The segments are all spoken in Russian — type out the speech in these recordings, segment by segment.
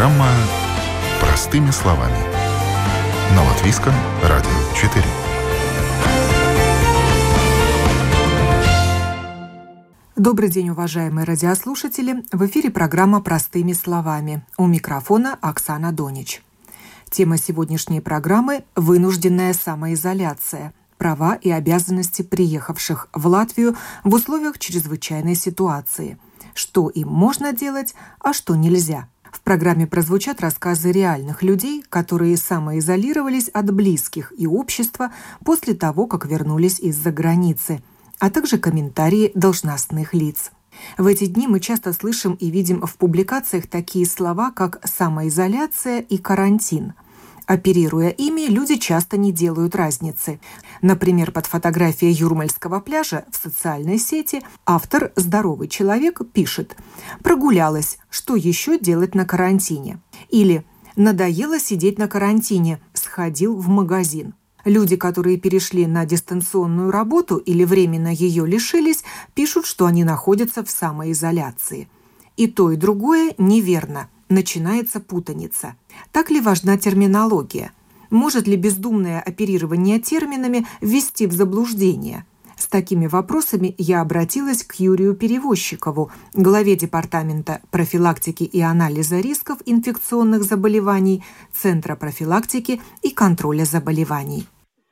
Программа «Простыми словами» на Латвийском радио 4. Добрый день, уважаемые радиослушатели! В эфире программа «Простыми словами». У микрофона Оксана Донич. Тема сегодняшней программы – вынужденная самоизоляция. Права и обязанности приехавших в Латвию в условиях чрезвычайной ситуации. Что им можно делать, а что нельзя. В программе прозвучат рассказы реальных людей, которые самоизолировались от близких и общества после того, как вернулись из-за границы, а также комментарии должностных лиц. В эти дни мы часто слышим и видим в публикациях такие слова, как «самоизоляция» и «карантин». Оперируя ими, люди часто не делают разницы. Например, под фотографией Юрмальского пляжа в социальной сети автор «Здоровый человек» пишет: «Прогулялась, что еще делать на карантине?» Или «Надоело сидеть на карантине, сходил в магазин». Люди, которые перешли на дистанционную работу или временно ее лишились, пишут, что они находятся в самоизоляции. И то, и другое неверно. Начинается путаница. Так ли важна терминология? Может ли бездумное оперирование терминами ввести в заблуждение? С такими вопросами я обратилась к Юрию Перевозчикову, главе Департамента профилактики и анализа рисков инфекционных заболеваний Центра профилактики и контроля заболеваний.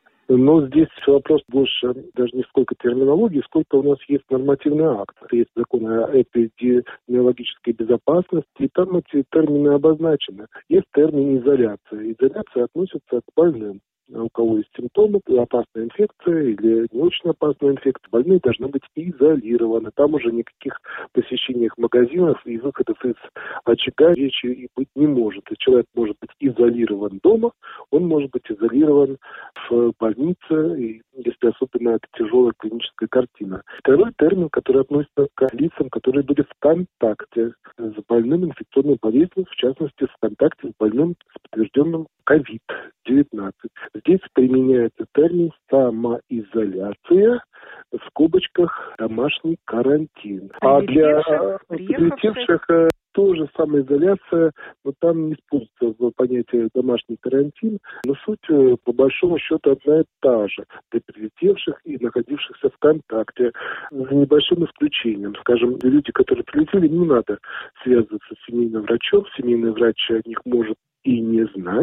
Но здесь вопрос больше даже не сколько терминологии, сколько у нас есть нормативный акт. Есть закон о эпидемиологической безопасности, и там эти термины обозначены. Есть термин изоляция. Изоляция относится к больным. У кого есть симптомы, опасная инфекция или не очень опасная инфекция, больные должны быть изолированы. Там уже никаких посещений магазинов и выходов из очага речи и быть не может. И человек может быть изолирован дома, он может быть изолирован в больнице, и если особенно это тяжелая клиническая картина. Второй термин, который относится к лицам, которые были в контакте с больным инфекционной болезнью, в частности, в контакте с больным с подтвержденным COVID-19. Здесь применяется термин «самоизоляция», в скобочках «домашний карантин». А для прилетевших тоже самоизоляция, но там не используется понятие «домашний карантин», но суть, по большому счету, одна и та же для прилетевших и находившихся в контакте, с небольшим исключением. Скажем, люди, которые прилетели, не надо связываться с семейным врачом, семейный врач о них может и не знать,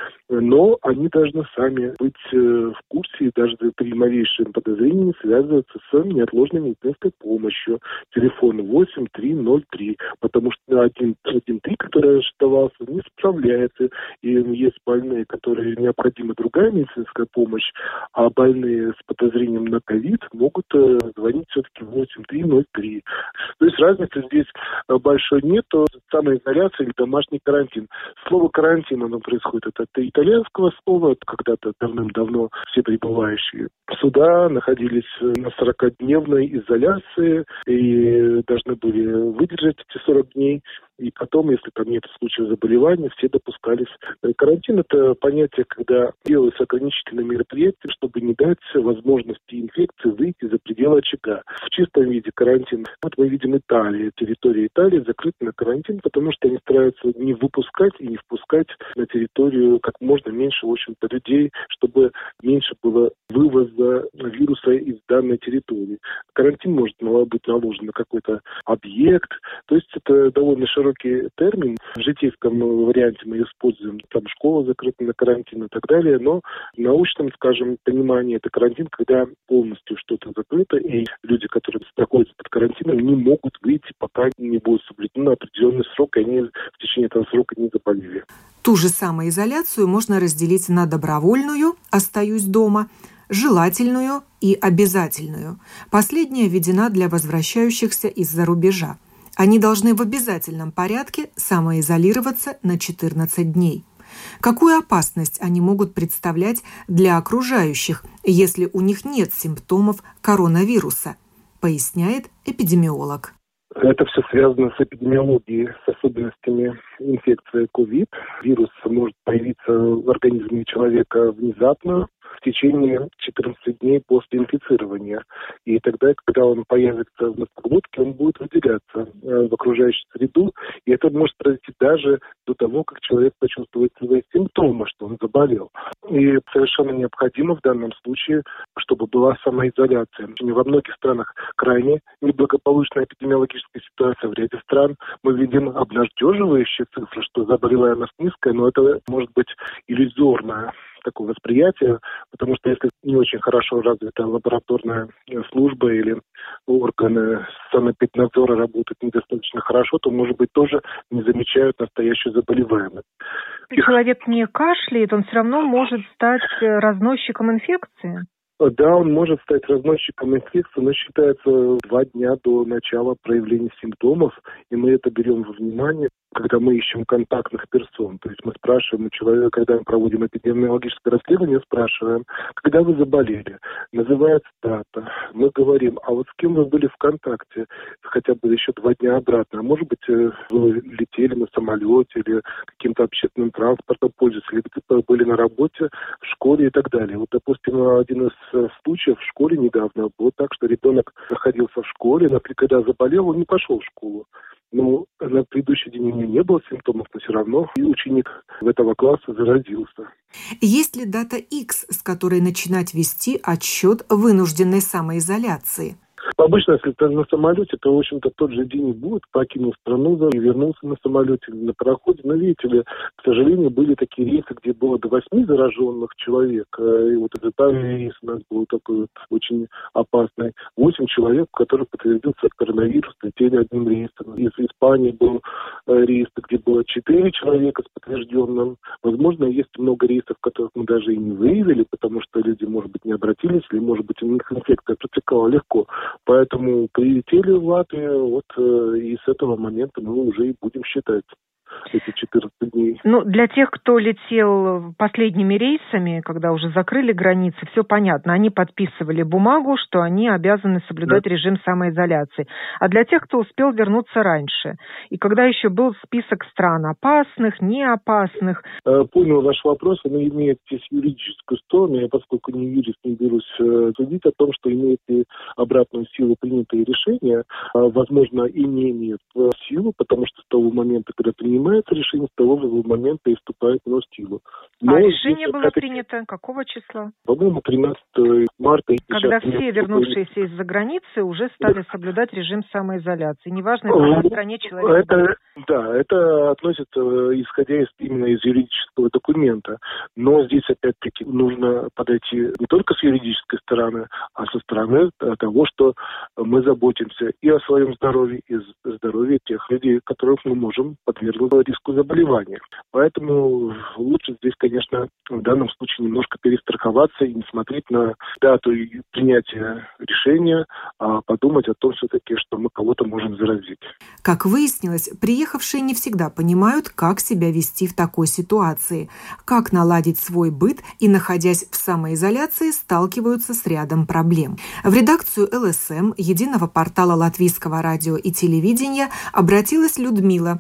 но они должны сами быть в курсе и даже при малейшем подозрении связываться с неотложной медицинской помощью. Телефон 8303, потому что 113, который ожидался, не справляется. И есть больные, которые необходима другая медицинская помощь, а больные с подозрением на ковид могут звонить все-таки 8303. То есть разницы здесь большой нет. Самоизоляция или домашний карантин. Слово карантин, оно происходит от итальянского слова. Когда-то давным-давно все прибывающие сюда находились на 40-дневной изоляции и должны были выдержать эти 40 дней. И потом, если там нет случаев заболевания, все допускались. Карантин – это понятие, когда делаются ограничительные мероприятия, чтобы не дать возможности инфекции выйти за пределы очага. В чистом виде карантин. Вот мы видим Италию. Территория Италии закрыта на карантин, потому что они стараются не выпускать и не впускать на территорию как можно меньше, в общем-то, людей, чтобы меньше было вывоза вируса из данной территории. Карантин может быть наложен на какой-то объект. То есть это довольно широкий термин. В житейском варианте мы используем, там школа закрыта на карантин и так далее, но в научном, скажем, понимании это карантин, когда полностью что-то закрыто, и люди, которые находятся под карантином, не могут выйти, пока не будет соблюден определенный срок, и они в течение этого срока не заболели. Ту же самоизоляцию можно разделить на добровольную «остаюсь дома», желательную и обязательную. Последняя введена для возвращающихся из-за рубежа. Они должны в обязательном порядке самоизолироваться на 14 дней. Какую опасность они могут представлять для окружающих, если у них нет симптомов коронавируса, поясняет эпидемиолог. Это все связано с эпидемиологией, с особенностями инфекции COVID. Вирус может появиться в организме человека внезапно, в течение 14 дней после инфицирования. И тогда, когда он появится в носоглотке, он будет выделяться в окружающую среду, и это может произойти даже до того, как человек почувствует свои симптомы, что он заболел. И совершенно необходимо в данном случае, чтобы была самоизоляция. Во многих странах крайне неблагополучная эпидемиологическая ситуация. В ряде стран мы видим обнадеживающие цифры, что заболеваемость низкая, но это может быть иллюзорное такое восприятие, потому что если не очень хорошо развита лабораторная служба или органы санэпиднадзора работают недостаточно хорошо, то, может быть, тоже не замечают настоящую заболеваемость. Если человек не кашляет, он все равно может стать разносчиком инфекции? Да, он может стать разносчиком инфекции, но считается 2 дня до начала проявления симптомов, и мы это берем во внимание, когда мы ищем контактных персон. То есть мы спрашиваем у человека, когда мы проводим эпидемиологическое расследование, спрашиваем, когда вы заболели, называется дата. Мы говорим, а вот с кем вы были в контакте, хотя бы еще 2 дня обратно. А может быть, вы летели на самолете или каким-то общественным транспортом пользовались, или где-то были на работе, в школе и так далее. Вот, допустим, один из случаев в школе недавно было так, что ребенок находился в школе, но когда заболел, он не пошел в школу. Ну, на предыдущий день у него не было симптомов, но все равно и ученик этого класса заразился. Есть ли дата X, с которой начинать вести отсчет вынужденной самоизоляции? Обычно, если ты на самолете, то, в общем-то, тот же день и будет, покинул страну и вернулся на самолете или на пароходе. Но, видите ли, к сожалению, были такие рейсы, где было до 8 зараженных человек. И вот этот авиарейс у нас был такой вот очень опасный. 8 человек, у которых подтвердился коронавирус, летели одним рейсом. Из Испании был рейс, где было 4 человека с подтвержденным. Возможно, есть много рейсов, которых мы даже и не выявили, потому что люди, может быть, не обратились, или, может быть, у них инфекция протекала легко. Поэтому прилетели в Латвию, и с этого момента мы уже и будем считать эти 14 дней. Ну, для тех, кто летел последними рейсами, когда уже закрыли границы, все понятно. Они подписывали бумагу, что они обязаны соблюдать режим самоизоляции. А для тех, кто успел вернуться раньше, и когда еще был список стран опасных, неопасных. Понял ваш вопрос, он имеет здесь юридическую сторону. Я, поскольку не юрист, не берусь судить о том, что имеет ли обратную силу принятые решения, возможно, и не имеет силу, потому что с того момента, когда принимается решение, с того же момента и вступает в силу. Но решение было принято какого числа? По-моему, 13 марта. Когда все вернувшиеся из-за границы уже стали соблюдать режим самоизоляции. Неважно, в какой стране человек был. Да, это относится, исходя именно из юридического документа. Но здесь, опять-таки, нужно подойти не только с юридической стороны, а со стороны того, что мы заботимся и о своем здоровье, и о здоровье тех людей, которых мы можем подвергнуть риску заболевания. Поэтому лучше здесь, конечно, в данном случае немножко перестраховаться и не смотреть на дату принятия решения, а подумать о том все-таки, что мы кого-то можем заразить. Как выяснилось, приехавшие не всегда понимают, как себя вести в такой ситуации, как наладить свой быт и, находясь в самоизоляции, сталкиваются с рядом проблем. В редакцию ЛСМ, единого портала латвийского радио и телевидения, обратилась Людмила,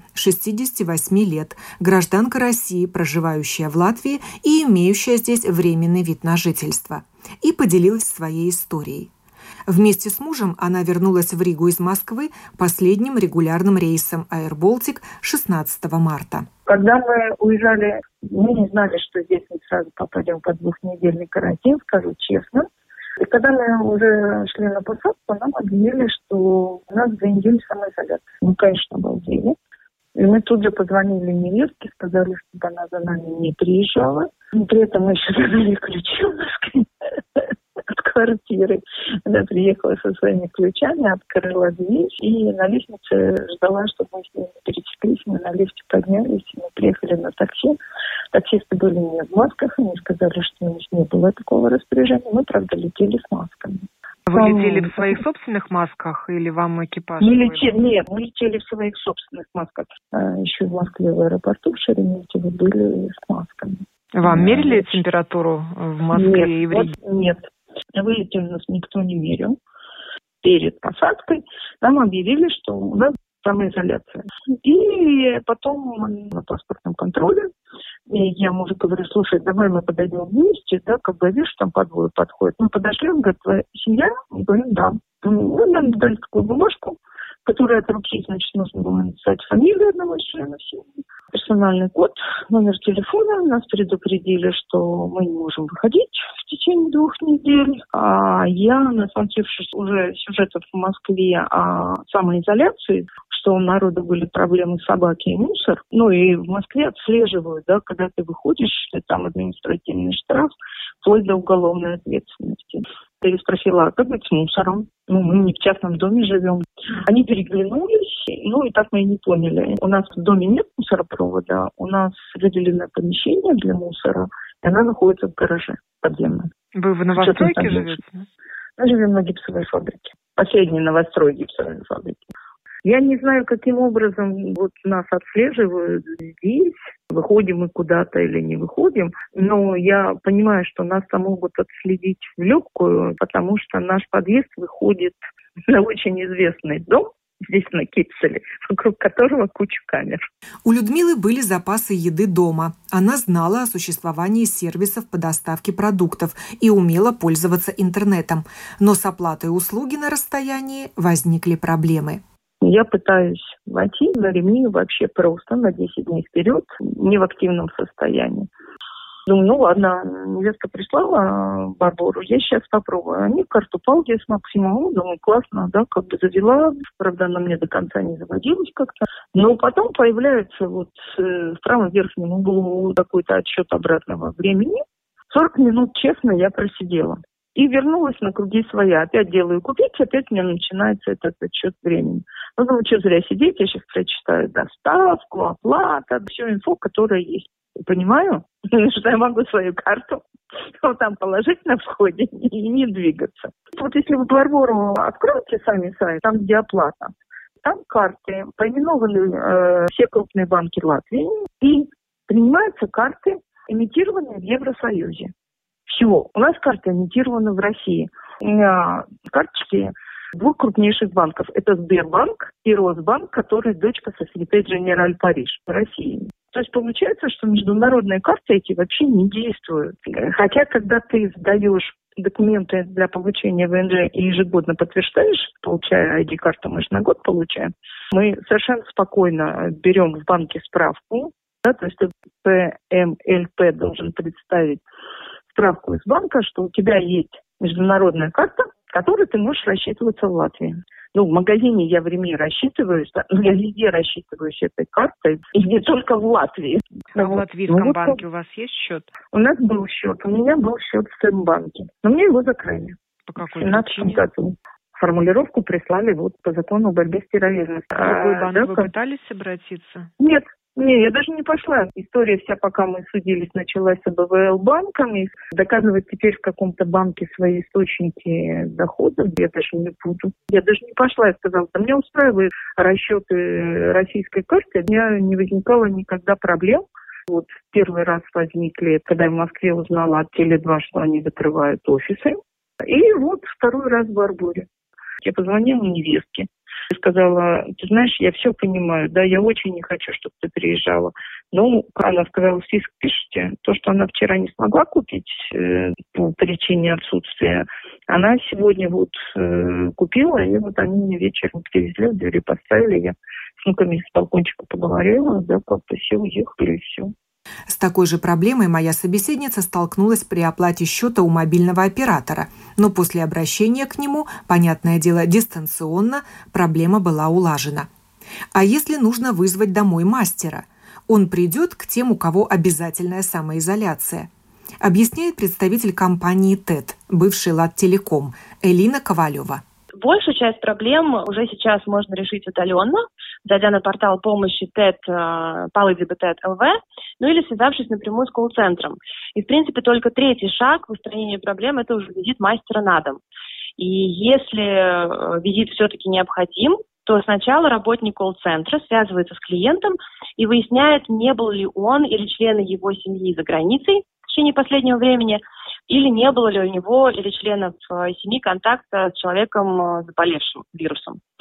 68 лет, гражданка России, проживающая в Латвии и имеющая здесь временный вид на жительство, и поделилась своей историей. Вместе с мужем она вернулась в Ригу из Москвы последним регулярным рейсом Air Baltic 16 марта. Когда мы уезжали, мы не знали, что здесь мы сразу попадем под 2-недельный карантин, скажу честно. И когда мы уже шли на посадку, нам объявили, что у нас 2 недели самоизоляции. Мы, конечно, обалдели. И мы тут же позвонили невестке, сказали, чтобы она за нами не приезжала. И при этом мы еще забыли ключи у нас от квартиры. Она приехала со своими ключами, открыла дверь и на лестнице ждала, чтобы мы с ней пересеклись. Мы на лифте поднялись, мы приехали на такси. Таксисты были не в масках, они сказали, что у них не было такого распоряжения. Мы, правда, летели с масками. Вы летели в своих собственных масках или вам экипаж? Нет, мы летели в своих собственных масках. Еще в Москве в аэропорту в Шереметьево были с масками. Вам мерили температуру в Москве и в Риге? Нет. Вылетели нас никто не мерил. Перед посадкой нам объявили, что у нас самоизоляция. И потом на паспортном контроле я мужу говорю: слушай, давай мы подойдем вместе, да, как бы, видишь, там по двое подходит. Мы подошли, он говорит: твоя семья? Мы говорим: да. Ну, нам дали такую бумажку, которая от руки, значит, нужно было написать фамилию одного члена семьи, персональный код, номер телефона. Нас предупредили, что мы не можем выходить в течение 2 недель. А я, насмотревшись уже сюжетов в Москве о самоизоляции, что у народа были проблемы с собаки и мусор, ну и в Москве отслеживают, да, когда ты выходишь, там административный штраф, вплоть до уголовной ответственности. Я спросила: а как быть с мусором? Ну, мы не в частном доме живем. Они переглянулись, ну и так мы и не поняли. У нас в доме нет мусоропровода, у нас выделено помещение для мусора, и она находится в гараже подземном. Вы в новостройке живете? Мы живем на гипсовой фабрике. Последний новострой гипсовой фабрики. Я не знаю, каким образом вот нас отслеживают здесь, выходим мы куда-то или не выходим, но я понимаю, что нас-то могут отследить в легкую, потому что наш подъезд выходит на очень известный дом здесь на Кипселе, вокруг которого куча камер. У Людмилы были запасы еды дома. Она знала о существовании сервисов по доставке продуктов и умела пользоваться интернетом. Но с оплатой услуги на расстоянии возникли проблемы. Я пытаюсь войти на ремни вообще просто на 10 дней вперед, не в активном состоянии. Думаю, ну ладно, невестка прислала Барбору, я сейчас попробую. Они карту Палди с Максимом, думаю, классно, да, как бы завела. Правда, она мне до конца не заводилась как-то. Но потом появляется вот в правом верхнем углу какой-то отсчет обратного времени. 40 минут, честно, я просидела. И вернулась на круги своя. Опять делаю купить, опять у меня начинается этот отсчет времени. Ну, думаю, что зря сидеть, я сейчас прочитаю доставку, оплата, всю инфу, которая есть. Понимаю, что я могу свою карту вот там положить на входе и не двигаться. Вот если вы Барбору откроете сами сайт, там где оплата, там карты, поименованы все крупные банки Латвии, и принимаются карты, имитированные в Евросоюзе. Все, у нас карты имитированы в России. У меня карточки 2 крупнейших банков. Это Сбербанк и Росбанк, который дочка Société Générale Париж в России. То есть получается, что международные карты эти вообще не действуют. Хотя, когда ты сдаешь документы для получения ВНЖ и ежегодно подтверждаешь, получая ID-карту, мы же на год получаем, мы совершенно спокойно берем в банке справку, да, то есть ПМЛП должен представить справку из банка, что у тебя есть международная карта, которой ты можешь рассчитываться в Латвии. Ну, в магазине я в Риме рассчитываюсь, но я везде рассчитываюсь этой картой, и не только в Латвии. А в латвийском банке у вас есть счет? У нас был счет, у меня был счет в Сбербанке, но мне его закрыли. По какой причине? В 2017 году. Формулировку прислали вот по закону о борьбе с терроризмом. В другой банк вы пытались обратиться? Нет. Не, я даже не пошла. История вся, пока мы судились, началась с АБВЛ банком. И доказывать теперь в каком-то банке свои источники доходов я даже не буду. Я даже не пошла и сказала: да меня устраивают расчеты российской карты. У меня не возникало никогда проблем. Вот первый раз возникли, когда я в Москве узнала от Теле2, что они закрывают офисы. И вот второй раз в Барборе. Я позвонила невестке. Я сказала: ты знаешь, я все понимаю, да, я очень не хочу, чтобы ты приезжала. Ну, она сказала: список пишите. То, что она вчера не смогла купить по причине отсутствия, она сегодня вот купила, и вот они мне вечером привезли, в двери поставили. Я с внуками с балкончика поговорила, да, как-то все уехали, и все. С такой же проблемой моя собеседница столкнулась при оплате счета у мобильного оператора. Но после обращения к нему, понятное дело, дистанционно, проблема была улажена. А если нужно вызвать домой мастера? Он придет к тем, у кого обязательная самоизоляция. Объясняет представитель компании ТЭТ, бывший Латтелеком, Элина Ковалева. Большую часть проблем уже сейчас можно решить удаленно, зайдя на портал помощи ТЭТ, Palīdzība.lt, ну или связавшись напрямую с колл-центром. И, в принципе, только третий шаг в устранении проблем – это уже визит мастера на дом. И если визит все-таки необходим, то сначала работник колл-центра связывается с клиентом и выясняет, не был ли он или члены его семьи за границей в течение последнего времени, или не было ли у него или членов семьи контакта с человеком, заболевшим вирусом.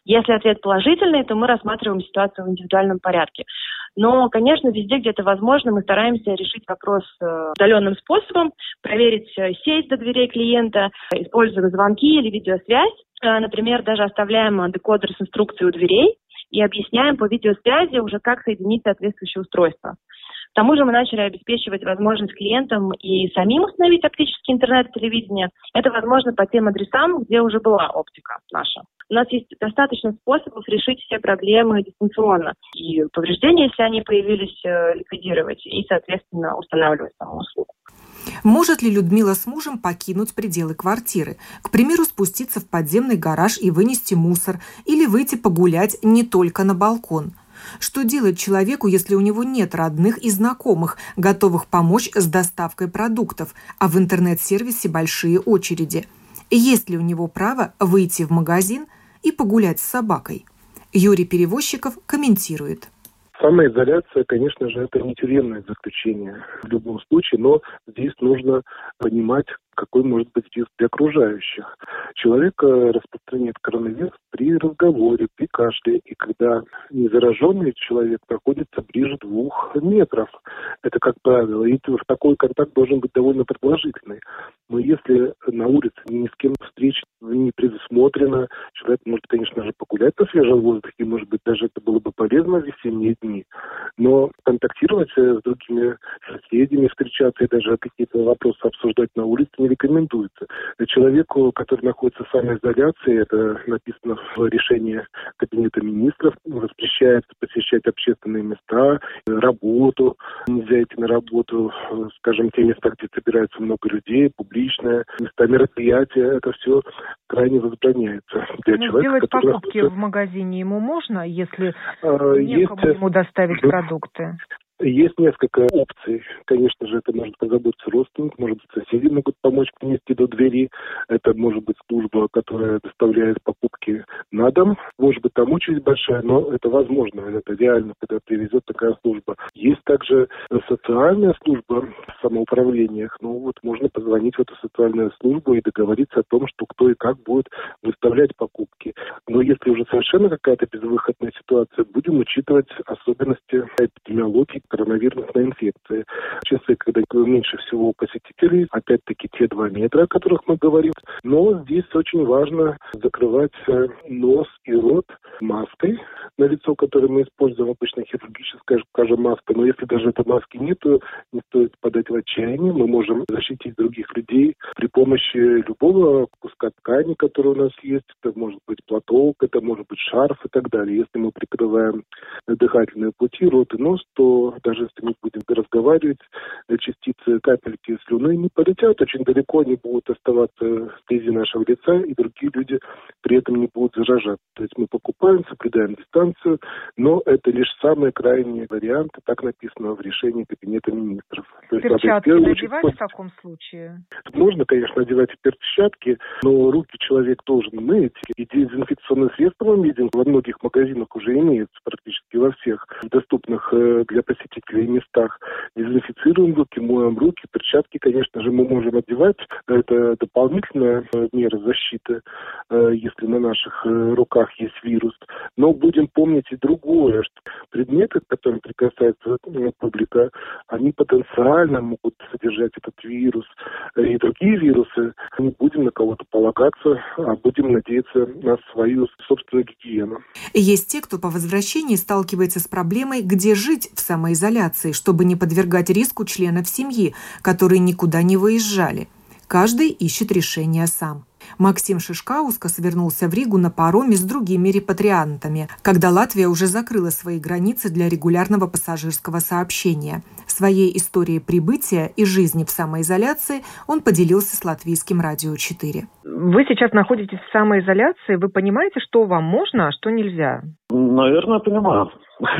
Если ответ положительный, то мы рассматриваем ситуацию в индивидуальном порядке. Но, конечно, везде, где это возможно, мы стараемся решить вопрос удаленным способом, проверить сеть до дверей клиента, используя звонки или видеосвязь. Например, даже оставляем декодер с инструкцией у дверей и объясняем по видеосвязи уже, как соединить соответствующее устройство. К тому же мы начали обеспечивать возможность клиентам и самим установить оптический интернет и телевидение. Это возможно по тем адресам, где уже была оптика наша. У нас есть достаточно способов решить все проблемы дистанционно. И повреждения, если они появились, ликвидировать и, соответственно, устанавливать саму услугу. Может ли Людмила с мужем покинуть пределы квартиры? К примеру, спуститься в подземный гараж и вынести мусор, или выйти погулять не только на балкон? Что делать человеку, если у него нет родных и знакомых, готовых помочь с доставкой продуктов, а в интернет-сервисе большие очереди? Есть ли у него право выйти в магазин и погулять с собакой? Юрий Перевозчиков комментирует. Самоизоляция, конечно же, это не тюремное заключение в любом случае, но здесь нужно понимать, какой может быть риск для окружающих. Человек распространяет коронавирус при разговоре, при кашле, и когда незараженный человек находится ближе 2 метров. Это как правило. И такой контакт должен быть довольно продолжительный. Но если на улице ни с кем встреч не предусмотрено, человек может, конечно же, погулять на свежем воздухе, может быть, даже это было бы полезно в весенние дни. Но контактировать с другими соседями, встречаться и даже какие-то вопросы обсуждать на улице не рекомендуется. Человеку, который находится в самоизоляции, это написано в решении Кабинета министров, запрещается посещать общественные места, работу. Нельзя идти на работу, скажем, те места, где собирается много людей, публичные места, мероприятия. Это все крайне возбраняется. Сделать покупки в магазине ему можно, если некому ему доставить продукты? Есть несколько опций. Конечно же, это может позаботиться родственник, может быть, соседи могут помочь принести до двери. Это может быть служба, которая доставляет покупки на дом. Может быть, там очередь большая, но это возможно. Это реально, когда привезет такая служба. Есть также социальная служба в самоуправлениях. Можно позвонить в эту социальную службу и договориться о том, что кто и как будет выставлять покупки. Но если уже совершенно какая-то безвыходная ситуация, будем учитывать особенности эпидемиологии коронавирусной инфекции. Часы, когда меньше всего посетителей, опять-таки те 2 метра, о которых мы говорим. Но здесь очень важно закрывать нос и рот маской на лицо, которое мы используем, обычно хирургическая, скажем, маска. Но если даже этой маски нету, не стоит подать в отчаяние. Мы можем защитить других людей при помощи любого куска ткани, который у нас есть. Это может быть платок, это может быть шарф и так далее. Если мы прикрываем дыхательные пути, рот и нос, то даже если мы будем разговаривать, частицы, капельки слюны не полетят очень далеко, они будут оставаться вблизи нашего лица, и другие люди при этом не будут заражаться. То есть мы покупаем, соблюдаем дистанцию, но это лишь самый крайний вариант, так написано в решении Кабинета министров. Перчатки надевать в таком случае? Можно, конечно, надевать перчатки, но руки человек должен мыть. И дезинфекционные средства мы видим во многих магазинах уже имеются, практически во всех доступных для посетителей местах. Дезинфицируем руки, моем руки. Перчатки, конечно же, мы можем одевать. Это дополнительная мера защиты, если на наших руках есть вирус. Но будем помнить и другое, что предметы, к которым прикасается публика, они потенциально могут содержать этот вирус. И другие вирусы. Не будем на кого-то полагаться, а будем надеяться на свою собственную гигиену. Есть те, кто по возвращении сталкивается с проблемой, где жить в самоизоляции, чтобы не подвергать риску членов семьи, которые никуда не выезжали. Каждый ищет решение сам. Максим Шишкаускас вернулся в Ригу на пароме с другими репатриантами, когда Латвия уже закрыла свои границы для регулярного пассажирского сообщения. Своей историей прибытия и жизни в самоизоляции он поделился с Латвийским радио 4. Вы сейчас находитесь в самоизоляции, вы понимаете, что вам можно, а что нельзя? Наверное, понимаю.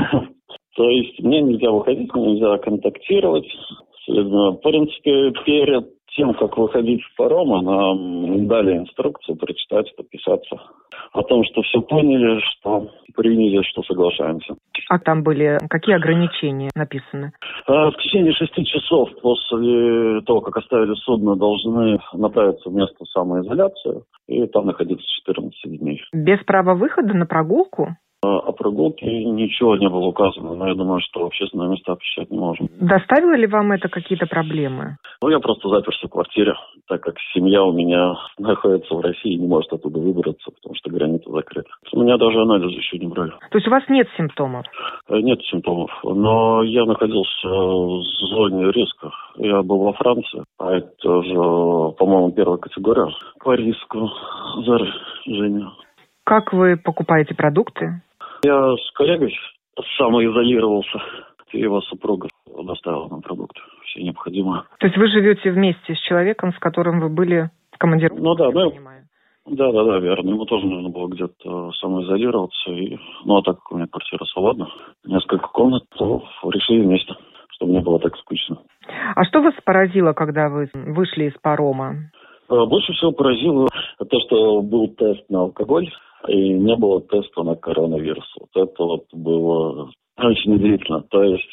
То есть мне нельзя выходить, мне нельзя контактировать. В принципе, перед тем, как выходить с парома, нам дали инструкцию прочитать, подписаться о том, что все поняли, что при низе, что соглашаемся. А там были какие ограничения написаны? В течение 6 часов после того, как оставили судно, должны направиться в место самоизоляции и там находиться 14 дней. Без права выхода на прогулку? О прогулке ничего не было указано, но я думаю, что в общественные места посещать не можем. Доставило ли вам это какие-то проблемы? Я просто заперся в квартире, так как семья у меня находится в России и не может оттуда выбраться, потому что граница закрыта. У меня даже анализы еще не брали. То есть у вас нет симптомов? Нет симптомов, но я находился в зоне риска. Я был во Франции, а это же, по-моему, первая категория по риску заражения. Как вы покупаете продукты? Я с коллегой самоизолировался, и его супруга доставила нам продукты, все необходимое. То есть вы живете вместе с человеком, с которым вы были в командировке? Да, верно. Ему тоже нужно было где-то самоизолироваться. А так как у меня квартира свободна, несколько комнат, то решили вместе, чтобы не было так скучно. А что вас поразило, когда вы вышли из парома? Больше всего поразило то, что был тест на алкоголь, и не было теста на коронавирус. Вот это было очень удивительно. То есть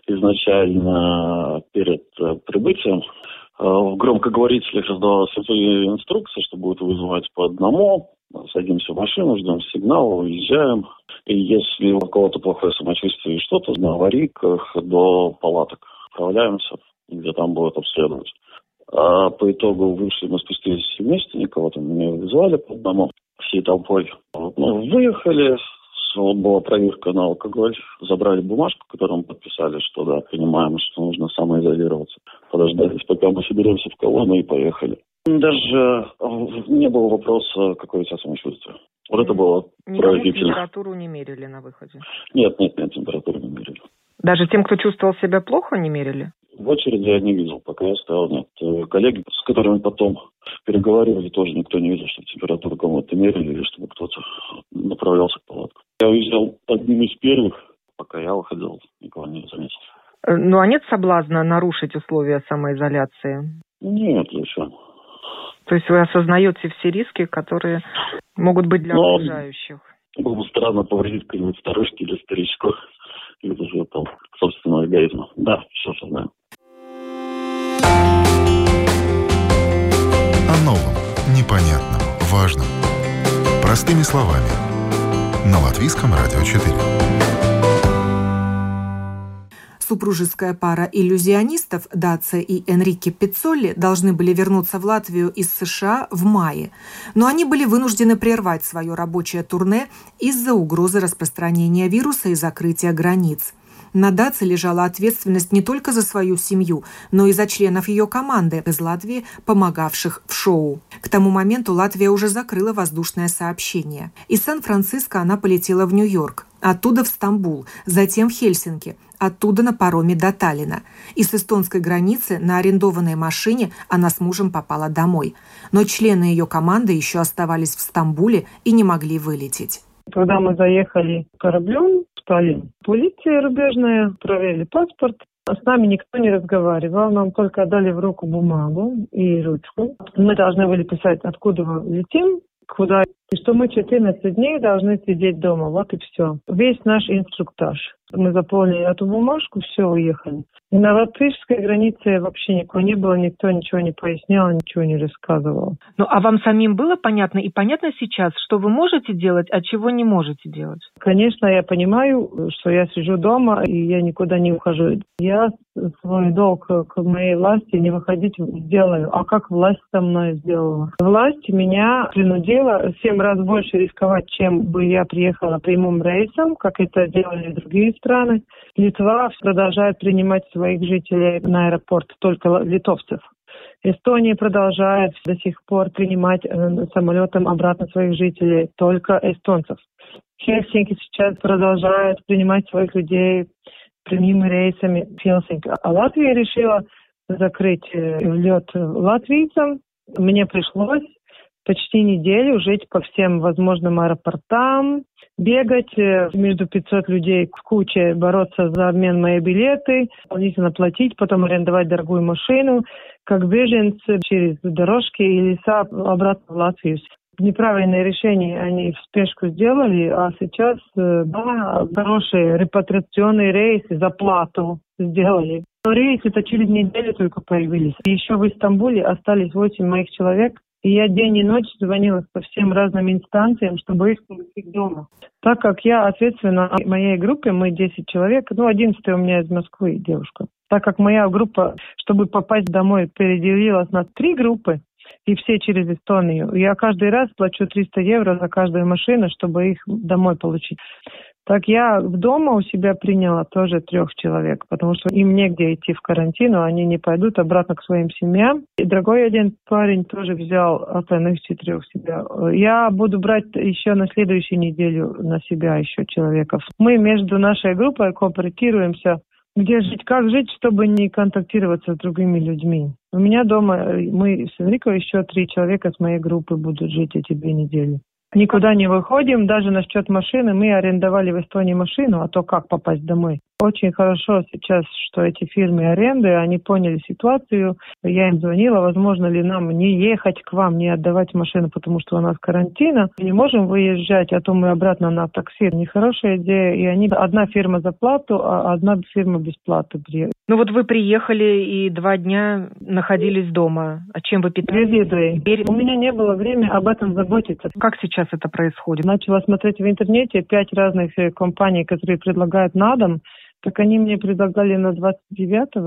изначально перед прибытием в громкоговорителях раздавалась инструкция, что будет вызывать по одному. Садимся в машину, ждем сигнала, уезжаем. И если у кого-то плохое самочувствие и что-то, на аварийках до палаток отправляемся, где там будут обследовать. А по итогу вышли, мы спустились вместе, никого там не вызывали по одному, всей толпой. Выехали, была проверка на алкоголь, забрали бумажку, которую мы подписали, что да, понимаем, что нужно самоизолироваться. Подождались, пока мы соберемся в колонну, и поехали. Даже не было вопроса, какое у тебя самочувствие. Вот это было поразительно. Температуру не мерили на выходе? Нет, температуру не мерили. Даже тем, кто чувствовал себя плохо, не мерили? В очереди я не видел, пока я стоял, нет. Коллеги, с которыми потом переговаривали, тоже никто не видел, что температуру кому-то мерили или чтобы кто-то направлялся к палатке. Я уезжал одним из первых, пока я выходил, никого не заметил. Ну, а нет соблазна нарушить условия самоизоляции? Нет, зачем? То есть вы осознаете все риски, которые могут быть для окружающих? Было бы странно повредить какой-нибудь старушке или старичку, или даже там собственного эгоизма. Да, все осознаю. О новом, непонятном, важном. Простыми словами. На Латвийском радио 4. Супружеская пара иллюзионистов Даци и Энрике Пиццолли должны были вернуться в Латвию из США в мае, но они были вынуждены прервать свое рабочее турне из-за угрозы распространения вируса и закрытия границ. На Даци лежала ответственность не только за свою семью, но и за членов ее команды из Латвии, помогавших в шоу. К тому моменту Латвия уже закрыла воздушное сообщение. Из Сан-Франциско она полетела в Нью-Йорк, оттуда в Стамбул, затем в Хельсинки, оттуда на пароме до Таллина. И с эстонской границы на арендованной машине она с мужем попала домой. Но члены ее команды еще оставались в Стамбуле и не могли вылететь. Когда мы заехали кораблем в Таллин, полиция рубежная, проверили паспорт. С нами никто не разговаривал, нам только дали в руку бумагу и ручку. Мы должны были писать, откуда мы летим, куда, и что мы 14 дней должны сидеть дома. Вот и все. Весь наш инструктаж. Мы заполнили эту бумажку, все, уехали. И на латвийской границе вообще никого не было, никто ничего не пояснял, ничего не рассказывал. Ну, а вам самим было понятно и понятно сейчас, что вы можете делать, а чего не можете делать? Конечно, я понимаю, что я сижу дома и я никуда не ухожу. Я свой долг к моей власти не выходить сделаю. А как власть со мной сделала? Власть меня принудила в 7 раз больше рисковать, чем бы я приехала прямым рейсом, как это делали другие страны. Литва продолжает принимать своих жителей на аэропорт, только литовцев. Эстония продолжает до сих пор принимать самолетом обратно своих жителей, только эстонцев. Хельсинки сейчас продолжает принимать своих людей прямыми рейсами в Хельсинки. А Латвия решила закрыть лед латвийцам. Мне пришлось почти неделю жить по всем возможным аэропортам, бегать между 500 людей в куче, бороться за обмен моей билеты, дополнительно платить, потом арендовать дорогую машину, как беженцы через дорожки и леса обратно в Латвию. неправильное решение они в спешку сделали, а сейчас, да, хорошие репатриационные рейсы за плату сделали. Но рейсы-то через неделю только появились. Еще в Стамбуле остались 8 моих человек, и я день и ночь звонила по всем разным инстанциям, чтобы их получить дома. Так как я ответственна о моей группе, мы 10 человек, 11 у меня из Москвы девушка. Так как моя группа, чтобы попасть домой, переделилась на 3 группы, и все через Эстонию, я каждый раз плачу 300 евро за каждую машину, чтобы их домой получить. Так я дома у себя приняла тоже 3 человек, потому что им негде идти в карантин, они не пойдут обратно к своим семьям. И другой один парень тоже взял остальных 4 себя. Я буду брать еще на следующую неделю на себя еще человеков. Мы между нашей группой кооперируемся, где жить, как жить, чтобы не контактироваться с другими людьми. У меня дома, мы с Энрико еще 3 человека с моей группы будут жить эти 2 недели. Никуда не выходим, даже насчет машины. Мы арендовали в Эстонии машину, а то как попасть домой. Очень хорошо сейчас, что эти фирмы аренды, они поняли ситуацию. Я им звонила, возможно ли нам не ехать к вам, не отдавать машину, потому что у нас карантина. Мы не можем выезжать, а то мы обратно на такси. Нехорошая идея. И они, одна фирма за плату, а одна фирма бесплатно приехала. Ну вот вы приехали и 2 дня находились дома. А чем вы питались? У меня не было времени об этом заботиться. Как сейчас это происходит? Начала смотреть в интернете 5 разных компаний, которые предлагают на дом. Так они мне предлагали на 29-го.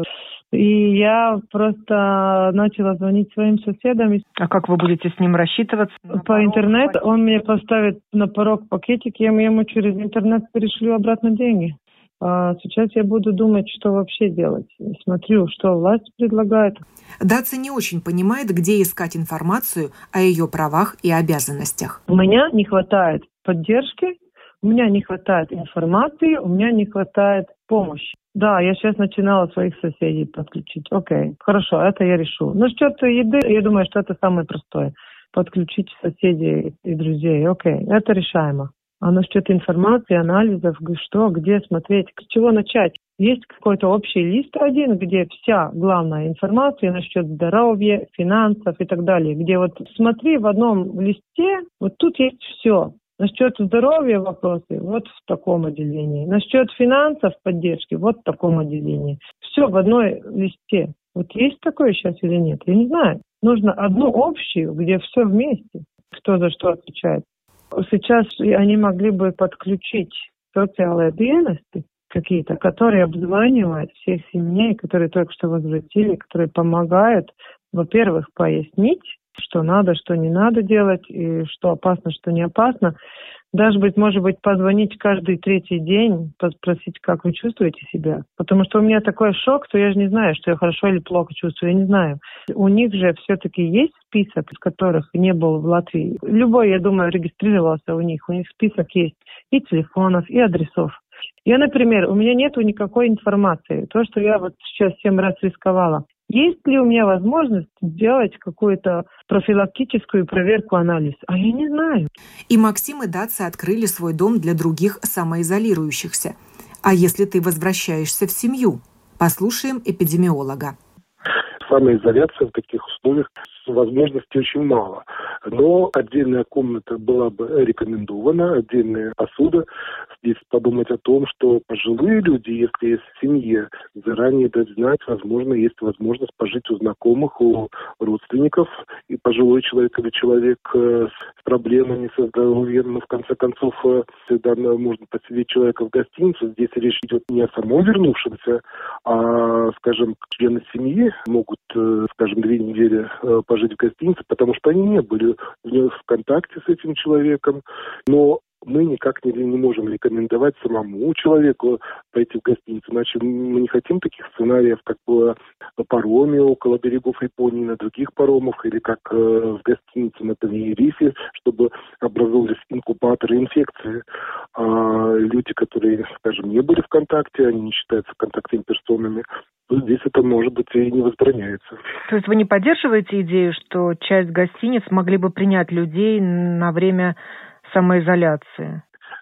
И я просто начала звонить своим соседям. А как вы будете с ним рассчитываться? По интернету. Он мне поставит на порог пакетик, я ему через интернет перешлю обратно деньги. А сейчас я буду думать, что вообще делать. Смотрю, что власть предлагает. Даца не очень понимает, где искать информацию о ее правах и обязанностях. У меня не хватает поддержки, у меня не хватает информации, у меня не хватает помощи. Да, я сейчас начинала своих соседей подключить. Окей, хорошо, это я решу. Но что-то еды, я думаю, что это самое простое. Подключить соседей и друзей. Окей, это решаемо. А насчет информации, анализов, что, где смотреть, с чего начать? Есть какой-то общий лист один, где вся главная информация насчет здоровья, финансов и так далее. Где вот смотри в одном листе, вот тут есть все. Насчет здоровья вопросы, вот в таком отделении. Насчет финансов поддержки, вот в таком отделении. Все в одной листе. Вот есть такое сейчас или нет? Я не знаю. Нужно одну общую, где все вместе. Кто за что отвечает. Сейчас они могли бы подключить социальные деятельности какие-то, которые обзванивают всех семей, которые только что возвратили, которые помогают, во-первых, пояснить, что надо, что не надо делать, и что опасно, что не опасно. Даже, может быть, позвонить каждый 3-й день, спросить, как вы чувствуете себя. Потому что у меня такой шок, что я же не знаю, что я хорошо или плохо чувствую, я не знаю. У них же все-таки есть список, из которых не был в Латвии. Любой, я думаю, регистрировался у них список есть и телефонов, и адресов. Я, например, у меня нету никакой информации. То, что я вот сейчас 7 раз рисковала. Есть ли у меня возможность сделать какую-то профилактическую проверку, анализ? А я не знаю. И Максим и Даца открыли свой дом для других самоизолирующихся. А если ты возвращаешься в семью? Послушаем эпидемиолога. Самоизоляция в таких условиях возможностей очень мало. Но отдельная комната была бы рекомендована, отдельная посуда. Здесь подумать о том, что пожилые люди, если есть в семье, заранее дать знать, возможно, есть возможность пожить у знакомых, у родственников. И пожилой человек или человек с проблемами со здоровьем, но в конце концов всегда можно поселить человека в гостиницу. Здесь речь идет не о самом вернувшемся, а, скажем, члены семьи могут, скажем, 2 недели пожить в гостинице, потому что они не были в контакте с этим человеком. Но мы никак не можем рекомендовать самому человеку пойти в гостиницу. Иначе мы не хотим таких сценариев, как было на пароме около берегов Японии, на других паромах, или как в гостинице на Тенерифе, чтобы образовались инкубаторы инфекции. А люди, которые, скажем, не были в контакте, они не считаются контактными персонами, то здесь это, может быть, и не возбраняется. То есть вы не поддерживаете идею, что часть гостиниц могли бы принять людей на время самоизоляции?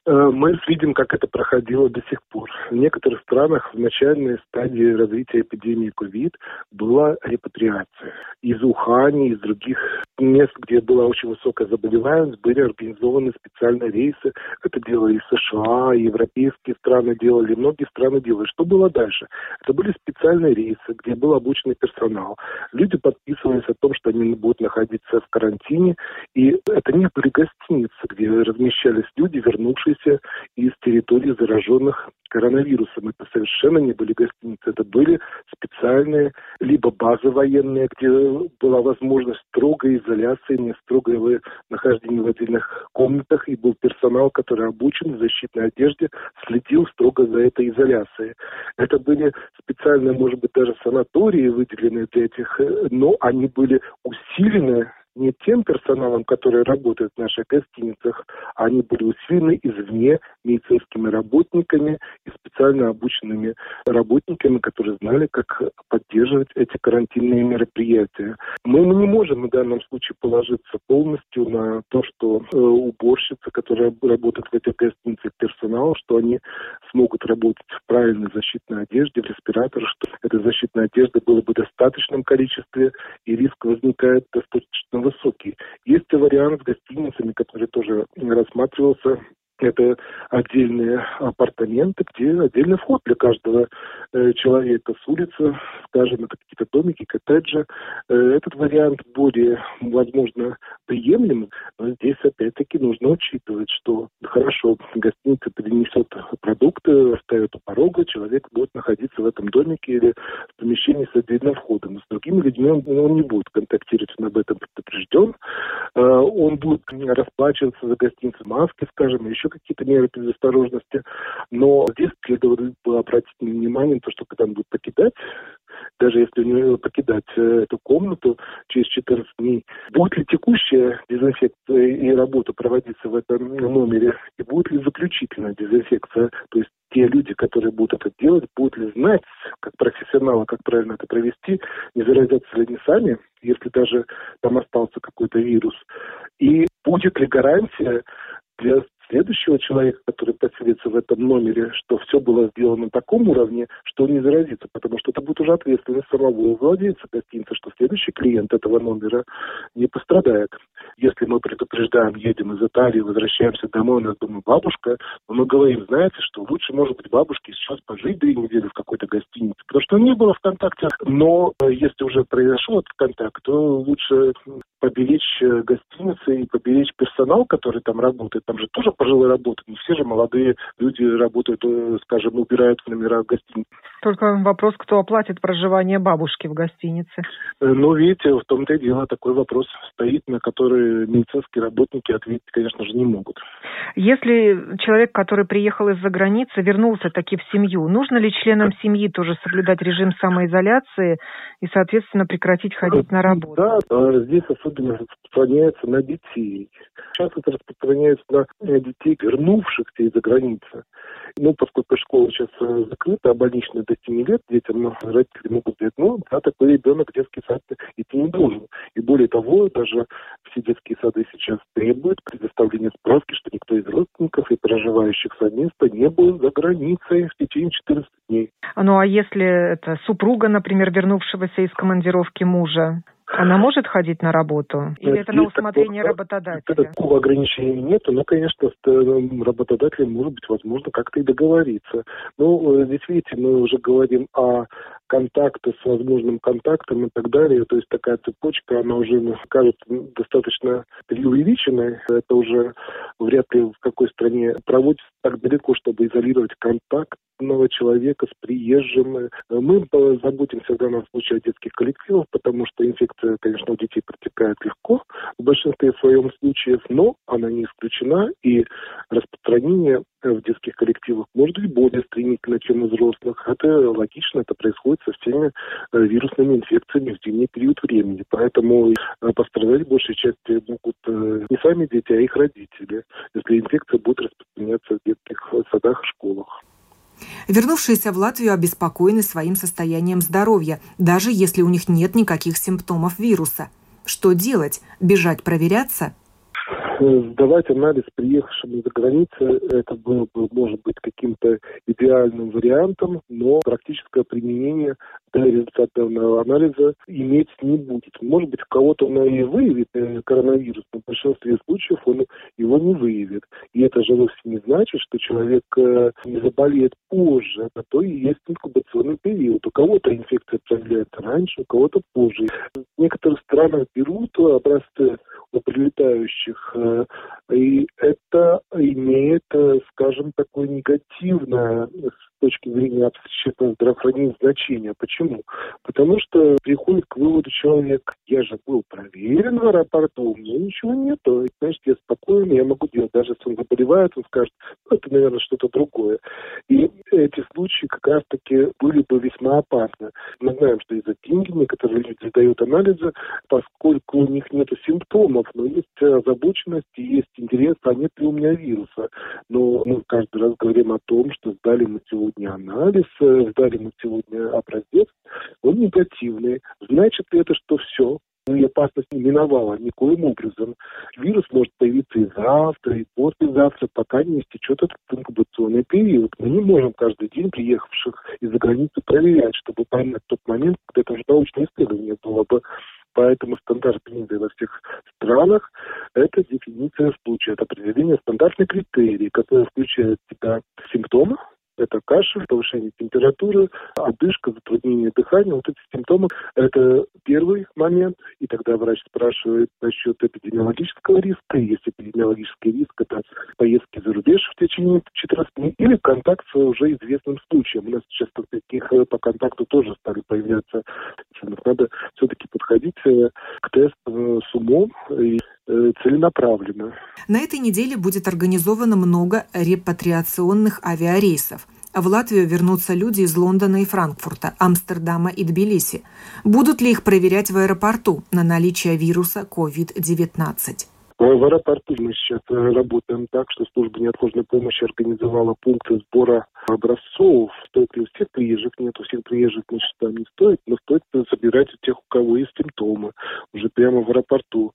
Мы видим, как это проходило до сих пор. В некоторых странах в начальной стадии развития эпидемии COVID была репатриация. Из Ухани, из других мест, где была очень высокая заболеваемость, были организованы специальные рейсы. Это делали США, европейские страны делали, многие страны делали. Что было дальше? Это были специальные рейсы, где был обученный персонал. Люди подписывались о том, что они будут находиться в карантине. И это не были гостиницы, где размещались люди, вернувшиеся из территорий, зараженных коронавирусом. Это совершенно не были гостиницы, это были специальные либо базы военные, где была возможность строгой изоляции, не строгого нахождения в отдельных комнатах, и был персонал, который обучен в защитной одежде, следил строго за этой изоляцией. Это были специальные, может быть, даже санатории, выделенные для этих, но они были усилены не тем персоналом, который работает в наших гостиницах, а они были усилены извне медицинскими работниками и специально обученными работниками, которые знали, как поддерживать эти карантинные мероприятия. Мы не можем в данном случае положиться полностью на то, что уборщицы, которые работают в этих гостиницах, персонал, что они смогут работать в правильной защитной одежде, в респираторах, что этой защитной одежды было бы в достаточном количестве, и риск возникает достаточно высокий. Есть и вариант с гостиницами, который тоже рассматривался. Это отдельные апартаменты, где отдельный вход для каждого человека с улицы, скажем, это какие-то домики, коттеджи. Этот вариант более, возможно, приемлем, но здесь опять-таки нужно учитывать, что хорошо, гостиница принесет продукты, оставит у порога, человек будет находиться в этом домике или в помещении с отдельным входом. Но с другими людьми он не будет контактировать, он об этом предупрежден. Он будет расплачиваться за гостиницу маски, скажем, еще какие-то меры предосторожности. Но здесь следовало бы обратить внимание на то, что когда он будет покидать, даже если у него покидать эту комнату через 14 дней, будет ли текущая дезинфекция и работа проводиться в этом номере, и будет ли заключительная дезинфекция, то есть те люди, которые будут это делать, будут ли знать, как профессионалы, как правильно это провести, не заразятся ли они сами, если даже там остался какой-то вирус, и будет ли гарантия для следующего человека, который поселится в этом номере, что все было сделано на таком уровне, что он не заразится, потому что это будет уже ответственность самого владельца гостиницы, что следующий клиент этого номера не пострадает. Если мы предупреждаем, едем из Италии, возвращаемся домой, у нас дома бабушка, мы говорим, знаете, что лучше, может быть, бабушке сейчас пожить 2 недели в какой-то гостинице, потому что не было в контакте. Но если уже произошел этот контакт, то лучше поберечь гостиницы и поберечь персонал, который там работает. Там же тоже пожилые работают. Не все же молодые люди работают, скажем, убирают в номера гостиниц. Только вопрос, кто оплатит проживание бабушки в гостинице. Ну, видите, в том-то и дело, такой вопрос стоит, на который медицинские работники ответить, конечно же, не могут. Если человек, который приехал из-за границы, вернулся таки в семью, нужно ли членам семьи тоже соблюдать режим самоизоляции и, соответственно, прекратить ходить на работу? Да, здесь особенно распространяется на детей. Сейчас это распространяется на детей, вернувшихся из-за границы. Ну, поскольку школа сейчас закрыта, а больничная до 7 лет детям, родители могут сказать, такой ребенок в детский сад идти не должен. И более того, даже все детские сады сейчас требуют предоставления справки, что никто из родственников и проживающих совместно не был за границей в течение 14 дней. Ну, а если это супруга, например, вернувшегося из командировки мужа? Она может ходить на работу? Или это на усмотрение работодателя? Такого ограничения нет, но, конечно, с работодателем может быть возможно как-то и договориться. Ну, здесь, видите, мы уже говорим о контакте с возможным контактом и так далее. То есть такая цепочка, она уже кажется достаточно преувеличенной. Это уже вряд ли в какой стране проводится так далеко, чтобы изолировать контактного человека с приезжим. Мы заботимся в данном случае о детских коллективах, потому что инфекция, конечно, у детей протекает легко в большинстве своем случаев, но она не исключена, и распространение в детских коллективах может быть более стремительно, чем у взрослых. Это логично, это происходит со всеми вирусными инфекциями в длинный период времени. Поэтому пострадать в большей части могут не сами дети, а их родители, если инфекция будет распространяться в детских садах и школах. Вернувшиеся в Латвию обеспокоены своим состоянием здоровья, даже если у них нет никаких симптомов вируса. Что делать? Бежать проверяться? сдавать анализ приехавшим из-за границы, это было бы, может быть, каким-то идеальным вариантом, но практическое применение результата данного анализа иметь не будет. Может быть, у кого-то он и выявит коронавирус, но в большинстве случаев он его не выявит. И это же вовсе не значит, что человек не заболеет позже. На то и есть инкубационный период. У кого-то инфекция проявляется раньше, у кого-то позже. В некоторых странах берут образцы у прилетающих, и это имеет, скажем, такое негативное с точки зрения общественного здравоохранения значение. Почему? Потому что приходит к выводу человек: я же был проверен в аэропорту, у меня ничего нету, значит, я спокоен, я могу делать. Даже если он заболевает, он скажет: это, наверное, что-то другое. И эти случаи как раз-таки были бы весьма опасны. Мы знаем, что из-за деньги некоторые люди сдают анализы, поскольку у них нет симптомов, но есть озабоченность и есть интерес, а нет ли у меня вируса. Но мы каждый раз говорим о том, что сдали мы сегодня анализ, сдали мы сегодня образец, он негативный. Значит ли это, что все? И опасность не миновала никоим образом. Вирус может появиться и завтра, и послезавтра, пока не истечет этот инкубационный период. Мы не можем каждый день приехавших из-за границы проверять, чтобы поймать тот момент, когда это уже научное исследование было бы. Поэтому стандарт, принятый во всех странах, это дефиниция случая, это определение стандартных критерий, которые включают в себя симптомы. Это кашель, повышение температуры, одышка, затруднение дыхания. Вот эти симптомы – это первый момент. И тогда врач спрашивает насчет эпидемиологического риска. Если эпидемиологический риск – это поездки за рубеж в течение 14 дней или контакт с уже известным случаем. У нас сейчас таких по контакту тоже стали появляться. Надо все-таки подходить к тесту с умом и целенаправленно. На этой неделе будет организовано много репатриационных авиарейсов. В Латвию вернутся люди из Лондона и Франкфурта, Амстердама и Тбилиси. Будут ли их проверять в аэропорту на наличие вируса COVID-19? В аэропорту мы сейчас работаем так, что служба неотложной помощи организовала пункты сбора образцов. Стоит ли у всех приезжих? Нет, у всех приезжих, значит, там не стоит, но стоит собирать у тех, у кого есть симптомы, уже прямо в аэропорту.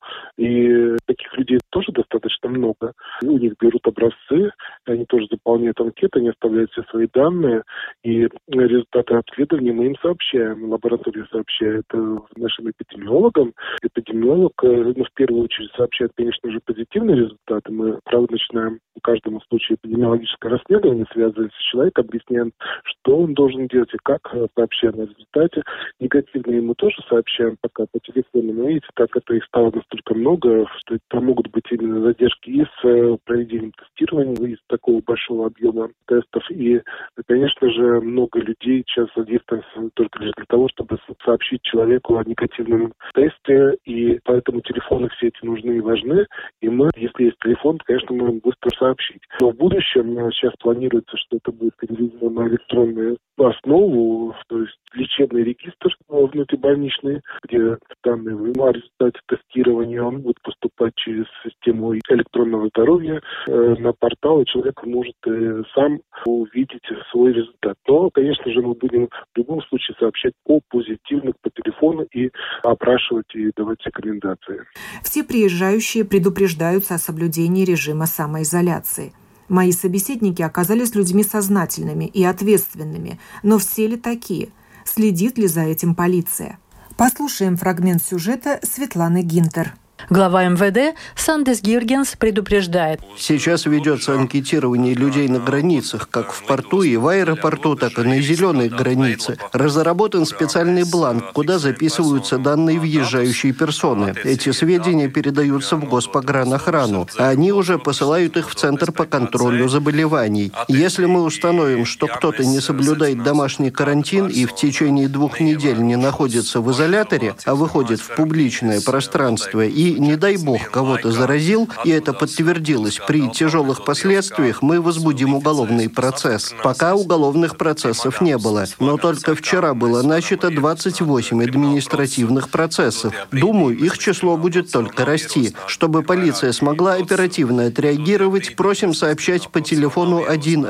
И таких людей тоже достаточно много. У них берут образцы, они тоже заполняют анкеты, они оставляют все свои данные, и результаты обследования мы им сообщаем. Лаборатория сообщает нашим эпидемиологам. Эпидемиолог, в первую очередь, сообщает, конечно же, позитивные результаты. Мы, правда, начинаем в каждом случае эпидемиологическое расследование, связываясь с человеком, объясняем, что он должен делать и как, сообщаем о результате. Негативные мы тоже сообщаем пока по телефону, но видите, так это их стало настолько много, что это могут быть именно задержки и с проведением тестирования, из такого большого объема тестов. И, конечно же, много людей сейчас задействуются только лишь для того, чтобы сообщить человеку о негативном тесте, и поэтому телефоны все эти нужны и важны. И мы, если есть телефон, конечно, можем быстро сообщить. Но в будущем сейчас планируется, что это будет переведено на электронную основу, то есть лечебный регистр внутрибольничный, где данные о результате тестирования, он будет поступать через систему электронного здоровья на портал, и человек может сам увидеть свой результат. Но, конечно же, мы будем в любом случае сообщать о позитивных по телефону и опрашивать и давать рекомендации. Все приезжающие предупреждаются о соблюдении режима самоизоляции. Мои собеседники оказались людьми сознательными и ответственными, но все ли такие? Следит ли за этим полиция? Послушаем фрагмент сюжета Светланы Гинтер. Глава МВД Сандис Гиргенс предупреждает. Сейчас ведется анкетирование людей на границах, как в порту и в аэропорту, так и на зеленой границе. Разработан специальный бланк, куда записываются данные въезжающей персоны. Эти сведения передаются в Госпогранохрану, а они уже посылают их в Центр по контролю заболеваний. Если мы установим, что кто-то не соблюдает домашний карантин и в течение 2 недель не находится в изоляторе, а выходит в публичное пространство и, не дай бог, кого-то заразил, и это подтвердилось при тяжелых последствиях, мы возбудим уголовный процесс. Пока уголовных процессов не было, но только вчера было начато 28 административных процессов. Думаю, их число будет только расти. Чтобы полиция смогла оперативно отреагировать, просим сообщать по телефону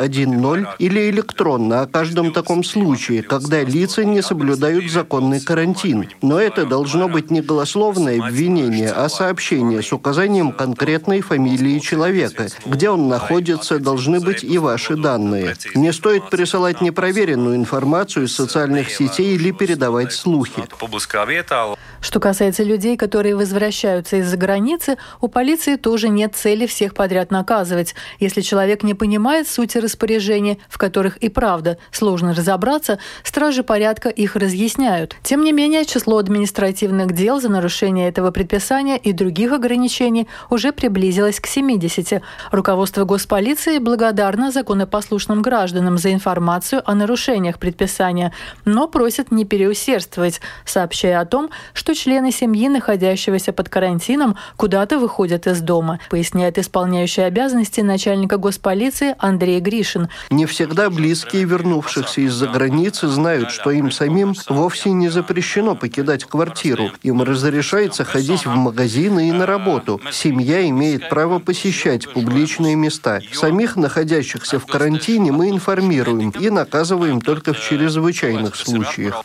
110 или электронно о каждом таком случае, когда лица не соблюдают законный карантин. Но это должно быть не голословное обвинение, а а сообщение с указанием конкретной фамилии человека. Где он находится, должны быть и ваши данные. Не стоит присылать непроверенную информацию из социальных сетей или передавать слухи. Что касается людей, которые возвращаются из-за границы, у полиции тоже нет цели всех подряд наказывать. Если человек не понимает сути распоряжений, в которых и правда сложно разобраться, стражи порядка их разъясняют. Тем не менее, число административных дел за нарушение этого предписания и других ограничений уже приблизилось к 70. Руководство госполиции благодарно законопослушным гражданам за информацию о нарушениях предписания, но просит не переусердствовать, сообщая о том, что члены семьи, находящегося под карантином, куда-то выходят из дома, поясняет исполняющий обязанности начальника госполиции Андрей Гришин. Не всегда близкие вернувшихся из-за границы знают, что им самим вовсе не запрещено покидать квартиру. Им разрешается ходить в магазины и на работу. Семья имеет право посещать публичные места. Самих находящихся в карантине мы информируем и наказываем только в чрезвычайных случаях.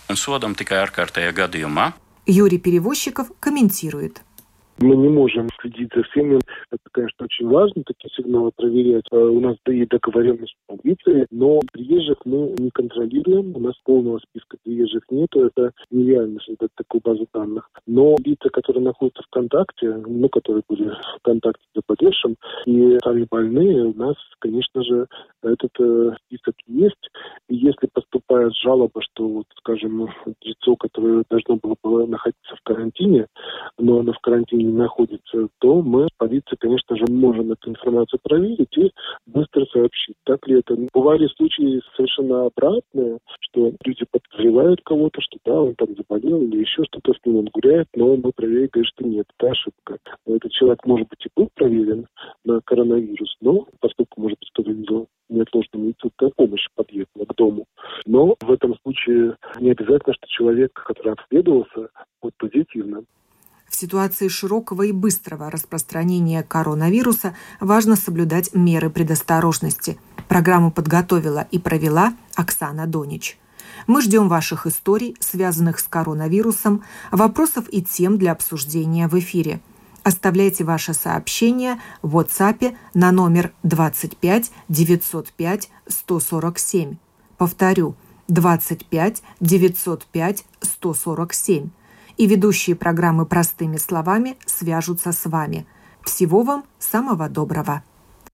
Юрий Перевозчиков комментирует. Мы не можем следить за всеми. Это, конечно, очень важно, такие сигналы проверять. У нас и договоренность с полицией, но приезжих мы не контролируем. У нас полного списка приезжих нету. Это нереально создать такую базу данных. Но лица, которые находятся в контакте, которые были в контакте с заболевшим, и сами больные, у нас, конечно же, этот список есть. И если поступает жалоба, что, скажем, лицо, которое должно было находиться в карантине, но оно в карантине не находится, то мы, полиция, конечно же, можем эту информацию проверить и быстро сообщить. Так ли это? Бывали случаи совершенно обратные, что люди подозревают кого-то, что да, он там заболел или еще что-то с ним, он гуляет, но мы проверяем, говорим, что нет, это ошибка. Этот человек, может быть, и был проверен на коронавирус, но поскольку, может быть, кто-то видел неотложную медицинскую помощь, подъехала к дому. Но в этом случае не обязательно, что человек, который обследовался, будет позитивным. В ситуации широкого и быстрого распространения коронавируса важно соблюдать меры предосторожности. Программу подготовила и провела Оксана Донич. Мы ждем ваших историй, связанных с коронавирусом, вопросов и тем для обсуждения в эфире. Оставляйте ваши сообщения в WhatsApp на номер 25 905 147. Повторю, 25 905 147. И ведущие программы «Простыми словами» свяжутся с вами. Всего вам самого доброго!